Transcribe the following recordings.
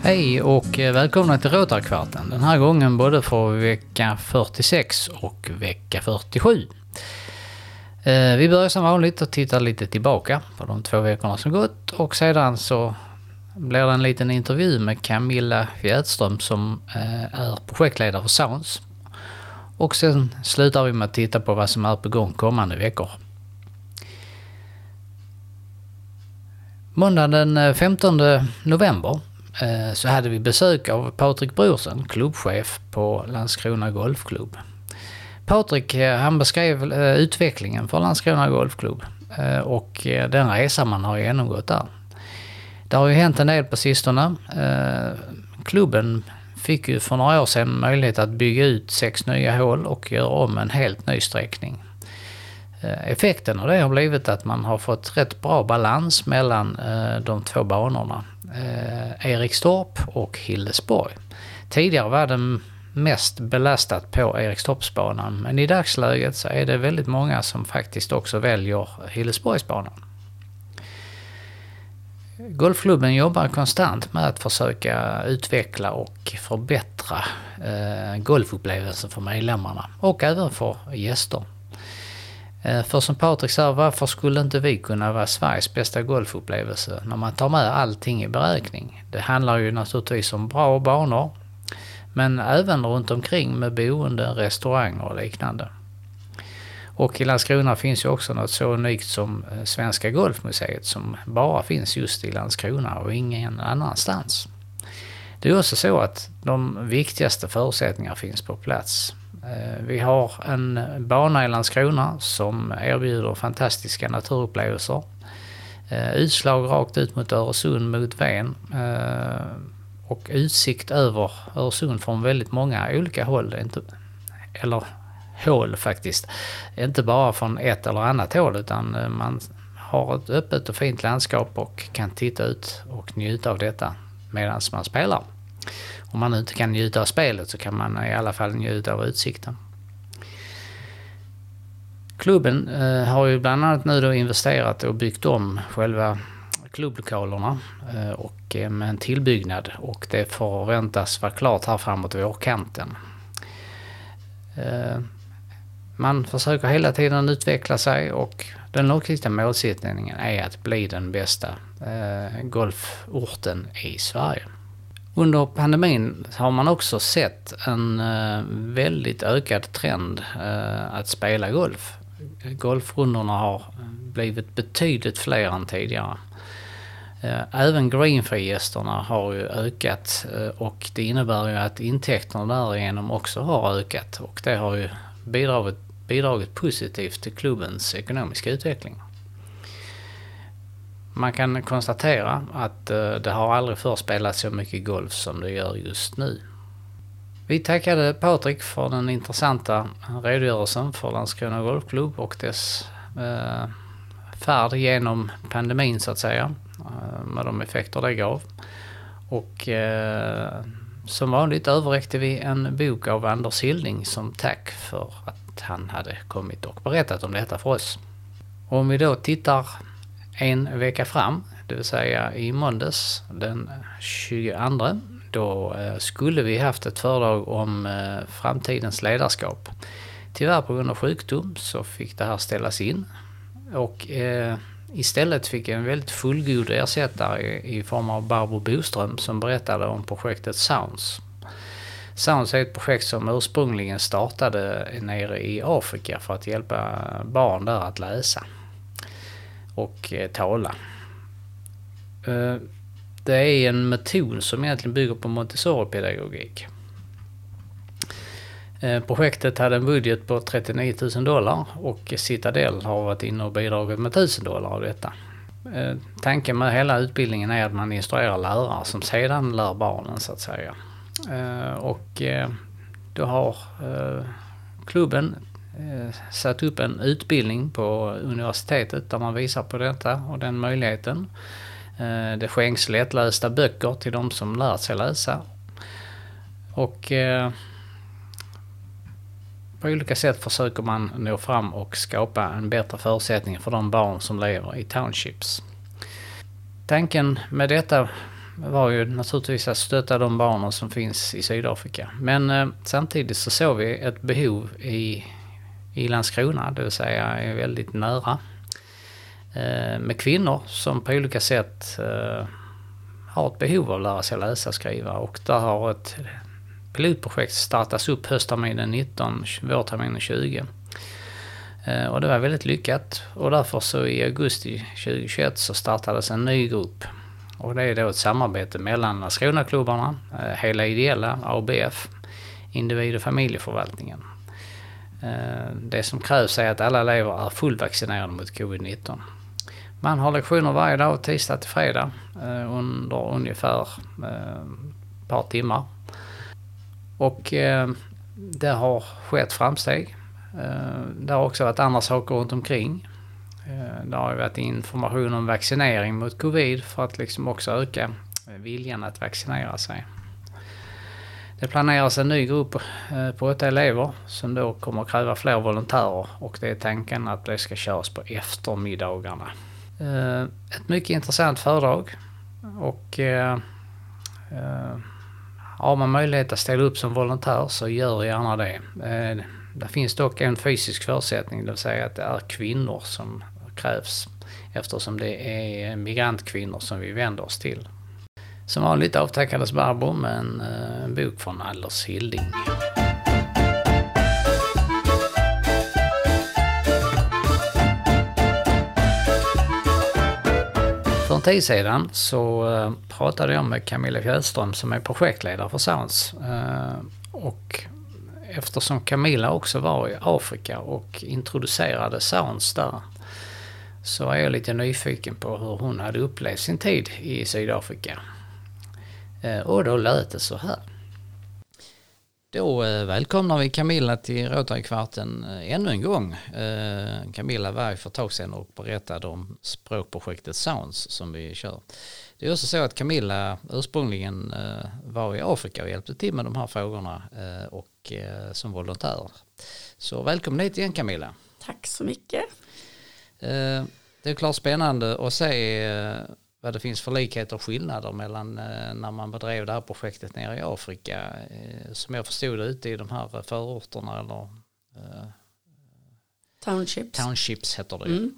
Hej och välkomna till Råtarkvarten. Den här gången både för vecka 46 och vecka 47. Vi börjar som vanligt att titta lite tillbaka på de 2 veckorna som gått. Och sedan så blir det en liten intervju med Camilla Fjärdström som är projektledare för Sounds. Och sen slutar vi med att titta på vad som är på gång kommande veckor. Måndagen den 15 november så hade vi besök av Patrik Brorsen, klubbchef på Landskrona Golfklubb. Patrik han beskrev utvecklingen för Landskrona Golfklubb och den resa man har genomgått där. Det har ju hänt en del på sistone. Klubben fick ju för några år sedan möjlighet att bygga ut 6 nya hål och göra om en helt ny sträckning. Effekten av det har blivit att man har fått rätt bra balans mellan de 2 banorna. Erikstorp och Hillesborg. Tidigare var den mest belastat på Erikstorpsbanan, men i dagsläget så är det väldigt många som faktiskt också väljer Hillesborgsbanan. Golfklubben jobbar konstant med att försöka utveckla och förbättra golfupplevelsen för medlemmarna och även för gäster. För som Patrik sa, varför skulle inte vi kunna vara Sveriges bästa golfupplevelse när man tar med allting i beräkning? Det handlar ju naturligtvis om bra banor, men även runt omkring med boende, restauranger och liknande. Och i Landskrona finns ju också något så unikt som Svenska Golfmuseet som bara finns just i Landskrona och ingen annanstans. Det är också så att de viktigaste förutsättningarna finns på plats. Vi har en bana i Landskrona som erbjuder fantastiska naturupplevelser. Utslag rakt ut mot Öresund, mot Ven och utsikt över Öresund från väldigt många olika håll. Hål faktiskt. Inte bara från ett eller annat håll utan man har ett öppet och fint landskap och kan titta ut och njuta av detta medan man spelar. Om man inte kan njuta av spelet så kan man i alla fall njuta av utsikten. Klubben har ju bland annat nu då investerat och byggt om själva klubblokalerna och med en tillbyggnad och det förväntas vara klart här framåt vårkanten. Man försöker hela tiden utveckla sig och den långsiktiga målsättningen är att bli den bästa golforten i Sverige. Under pandemin har man också sett en väldigt ökad trend att spela golf. Golfrundorna har blivit betydligt fler än tidigare. Även greenfree-gästerna har ju ökat och det innebär ju att intäkterna därigenom också har ökat och det har ju bidragit positivt till klubbens ekonomiska utveckling. Man kan konstatera att det har aldrig förr spelats så mycket golf som det gör just nu. Vi tackade Patrik för den intressanta redogörelsen för Landskrona Golfklubb och dess färd genom pandemin så att säga, med de effekter det gav. Och som vanligt överräckte vi en bok av Anders Hilding som tack för att han hade kommit och berättat om detta för oss. Och om vi då tittar en vecka fram, det vill säga i måndags den 22, då skulle vi haft ett föredrag om framtidens ledarskap. Tyvärr på grund av sjukdom så fick det här ställas in och istället fick jag en väldigt fullgod ersättare i form av Barbro Boström som berättade om projektet Sounds. Sounds är ett projekt som ursprungligen startade nere i Afrika för att hjälpa barn där att läsa och tala. Det är en metod som egentligen bygger på Montessori-pedagogik. Projektet hade en budget på $39,000 och Citadel har varit inne och bidragit med $1,000 av detta. Tanken med hela utbildningen är att man instruerar lärare som sedan lär barnen så att säga. Och då har klubben satt upp en utbildning på universitetet där man visar på detta och den möjligheten. Det skänks lättlästa böcker till de som lärt sig läsa. Och på olika sätt försöker man nå fram och skapa en bättre förutsättning för de barn som lever i townships. Tanken med detta var ju naturligtvis att stötta de barnen som finns i Sydafrika. Men samtidigt så såg vi ett behov i Landskrona, det vill säga är väldigt nära, med kvinnor som på olika sätt har ett behov av att lära sig läsa och skriva. Och där har ett pilotprojekt startats upp höstterminen 19, vårterminen 20. Och det var väldigt lyckat, och därför så i augusti 2021 så startades en ny grupp. Och det är då ett samarbete mellan Landskrona-klubbarna, hela ideella, ABF, individ- och familjeförvaltningen. Det som krävs är att alla elever är fullvaccinerade mot covid-19. Man har lektioner varje dag, tisdag till fredag, under ungefär ett par timmar. Och det har skett framsteg. Det har också varit andra saker runt omkring. Det har varit information om vaccinering mot covid för att liksom också öka viljan att vaccinera sig. Det planeras en ny grupp på 8 elever som då kommer att kräva fler volontärer, och det är tanken att det ska köras på eftermiddagarna. Ett mycket intressant föredrag, och har man möjlighet att ställa upp som volontär så gör gärna det. Det finns dock en fysisk förutsättning, det vill säga att det är kvinnor som krävs, eftersom det är migrantkvinnor som vi vänder oss till. Som vanligt avtackades Barbro med en bok från Anders Hilding. För en tid sedan så pratade jag med Camilla Fjällström som är projektledare för Sounds. Och eftersom Camilla också var i Afrika och introducerade Sounds där, så är jag lite nyfiken på hur hon hade upplevt sin tid i Sydafrika. Och då lät det så här. Då välkomnar vi Camilla till Rotarykvarten ännu en gång. Camilla var för ett tag sedan och berättade om språkprojektet Sounds som vi kör. Det är också så att Camilla ursprungligen var i Afrika och hjälpte till med de här frågorna och som volontär. Så välkommen hit igen, Camilla. Tack så mycket. Det är klart spännande att se vad det finns för likheter och skillnader mellan när man bedrev det här projektet nere i Afrika, som jag förstod ute i de här förorterna eller Townships heter det.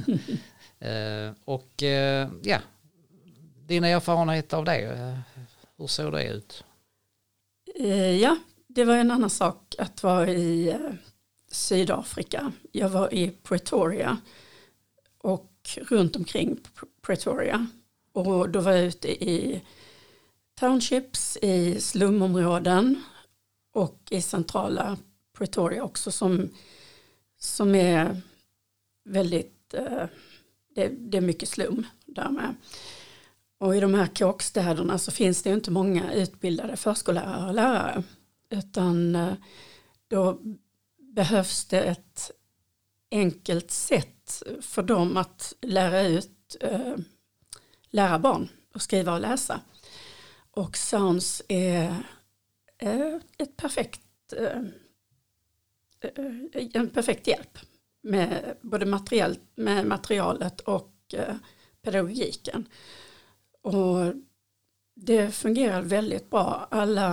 Och ja, dina erfarenheter av det, hur såg det ut? Ja, det var en annan sak att vara i Sydafrika. Jag var i Pretoria och runt omkring Pretoria, och då var jag ute i townships, i slumområden och i centrala Pretoria också, som är väldigt, det är mycket slum där med. Och i de här kåkstäderna så finns det ju inte många utbildade förskollärare och lärare, utan då behövs det ett enkelt sätt för dem att lära barn att skriva och läsa. Och Sounds är en perfekt hjälp med både materialet och pedagogiken. Och det fungerar väldigt bra.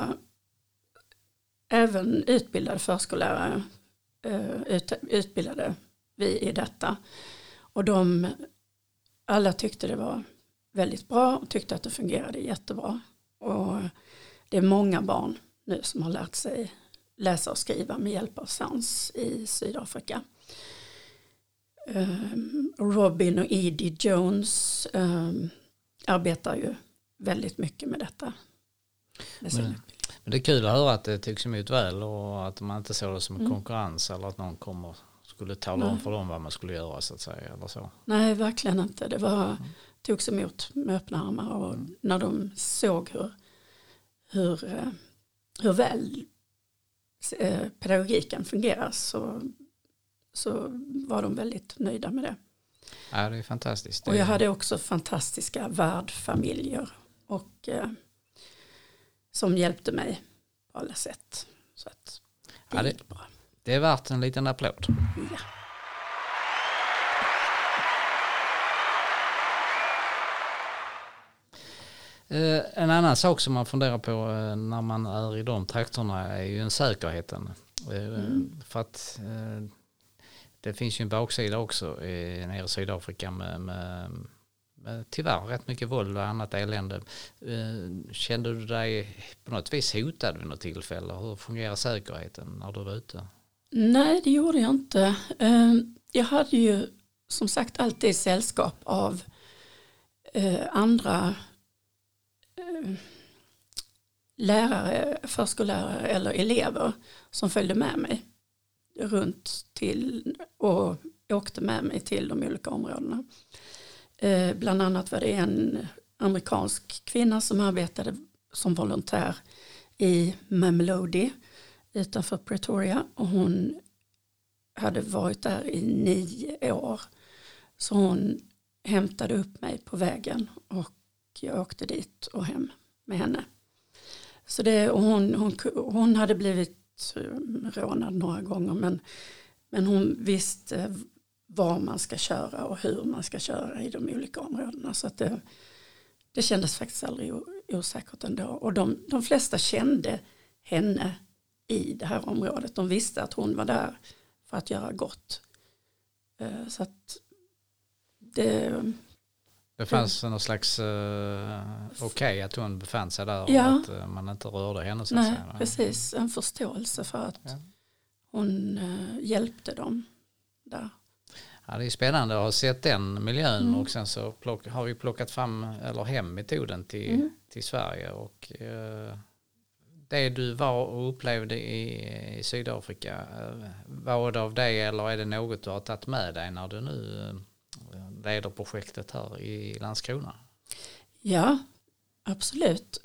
Även utbildade förskollärare utbildade vi i detta. Och alla tyckte det var väldigt bra och tyckte att det fungerade jättebra. Och det är många barn nu som har lärt sig läsa och skriva med hjälp av Sounds i Sydafrika. Robin och Edie Jones arbetar ju väldigt mycket med detta. Men det är kul att höra att det tycks emot väl och att man inte såg det som en konkurrens eller att någon skulle tala om för dem vad man skulle göra, så att säga, eller så. Nej, verkligen inte. Det togs emot med öppna armar, och när de såg hur väl pedagogiken fungerar så var de väldigt nöjda med det. Ja, det är fantastiskt. Och jag hade också fantastiska värdfamiljer och som hjälpte mig på alla sätt. Så att det gick bra. Det är värt en liten applåd. Ja. En annan sak som man funderar på när man är i de trakterna är ju en säkerheten. För att det finns ju en baksida också nere i Sydafrika med tyvärr rätt mycket våld och annat elände. Kände du dig på något vis hotad vid något tillfälle? Hur fungerar säkerheten när du var ute? Nej, det gjorde jag inte. Jag hade ju som sagt alltid sällskap av andra lärare, förskollärare eller elever som följde med mig runt till och åkte med mig till de olika områdena. Bland annat var det en amerikansk kvinna som arbetade som volontär i Mamelodi utanför Pretoria, och hon hade varit där i 9 år, så hon hämtade upp mig på vägen och jag åkte dit och hem med henne. Så hon hade blivit rånad några gånger, men hon visste var man ska köra och hur man ska köra i de olika områdena, så att det kändes faktiskt aldrig osäkert ändå. Och de flesta kände henne i det här området. De visste att hon var där för att göra gott. Så att det fanns någon slags okej att hon befann sig där, ja, och att man inte rörde henne så att nej, säga. precis. En förståelse för att hon hjälpte dem där. Ja, det är spännande att ha sett den miljön och sen så har vi plockat hem metoden till Sverige, och det du var och upplevde i Sydafrika, var det av det eller är det något du har tagit med dig när du nu leder projektet här i Landskrona? Ja, absolut.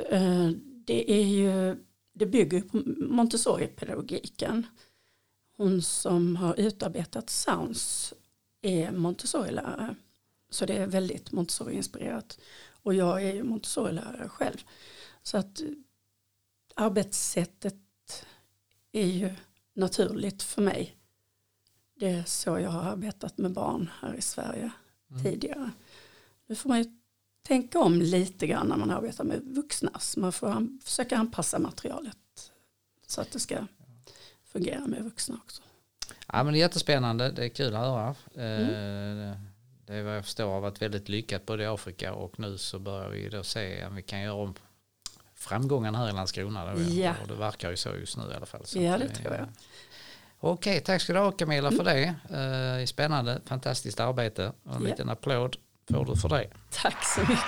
Det bygger på Montessori-pedagogiken. Hon som har utarbetat Sounds är Montessori-lärare. Så det är väldigt Montessori-inspirerat. Och jag är ju Montessori-lärare själv. Så att arbetssättet är ju naturligt för mig. Det är så jag har arbetat med barn här i Sverige tidigare. Nu får man ju tänka om lite grann när man arbetar med vuxna. Så man får försöka anpassa materialet så att det ska fungera med vuxna också. Ja, men det är jättespännande. Det är kul att höra. Det är vad jag förstår har varit väldigt lyckat både i Afrika, och nu så börjar vi då se om vi kan göra om framgången här i Landskrona. Ja. Och det verkar ju så just nu i alla fall. Så ja, det tror jag. Okej, tack ska du ha Camilla för det. Spännande, fantastiskt arbete. Och en liten applåd får du för det. Tack så mycket.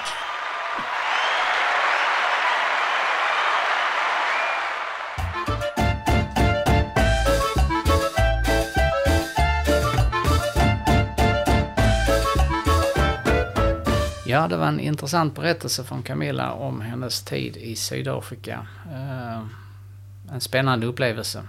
Ja, det var en intressant berättelse från Camilla om hennes tid i Sydafrika. En spännande upplevelse.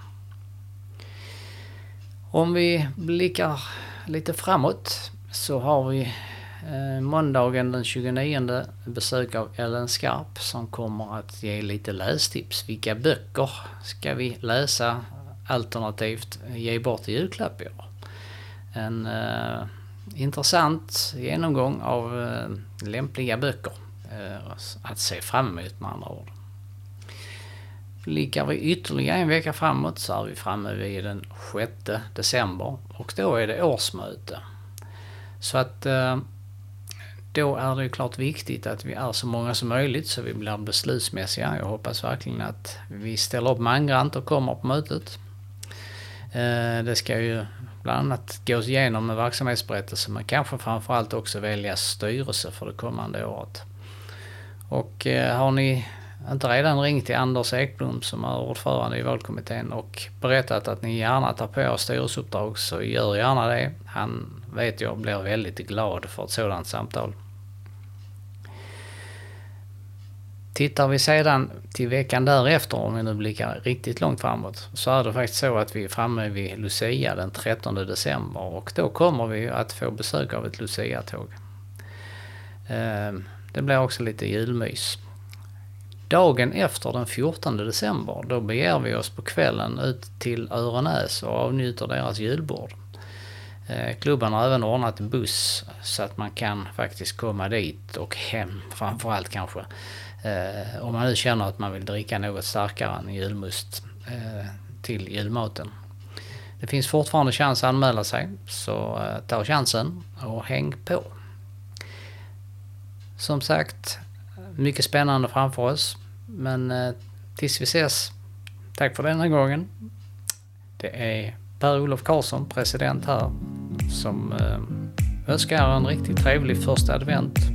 Om vi blickar lite framåt så har vi måndagen den 29 besök av Ellen Skarp som kommer att ge lite lästips. Vilka böcker ska vi läsa alternativt ge bort i julklapp i år? En intressant genomgång av lämpliga böcker att se fram emot med andra ord. Blickar vi ytterligare en vecka framåt så är vi framme vid den 6 december och då är det årsmöte. Så att då är det ju klart viktigt att vi är så många som möjligt så vi blir beslutsmässiga. Jag hoppas verkligen att vi ställer upp mangrant och kommer på mötet. Det ska ju bland annat gås igenom en verksamhetsberättelse men kanske framförallt också väljas styrelse för det kommande året. Och har ni inte redan ringt till Anders Ekblom som är ordförande i valkommittén och berättat att ni gärna tar på er styrelseuppdrag så gör gärna det. Han vet jag blir väldigt glad för ett sådant samtal. Tittar vi sedan till veckan därefter, om vi nu blickar riktigt långt framåt, så är det faktiskt så att vi är framme vid Lucia den 13 december och då kommer vi att få besök av ett Lucia-tåg. Det blir också lite julmys. Dagen efter den 14 december, då beger vi oss på kvällen ut till Örenäs och avnjuter deras julbord. Klubben har även ordnat buss så att man kan faktiskt komma dit och hem framförallt kanske Om man nu känner att man vill dricka något starkare än julmust till julmaten. Det finns fortfarande chans att anmäla sig, så ta chansen och häng på. Som sagt, mycket spännande framför oss, men tills vi ses, tack för denna gången. Det är Per-Olof Karlsson, president här, som önskar en riktigt trevlig första advent.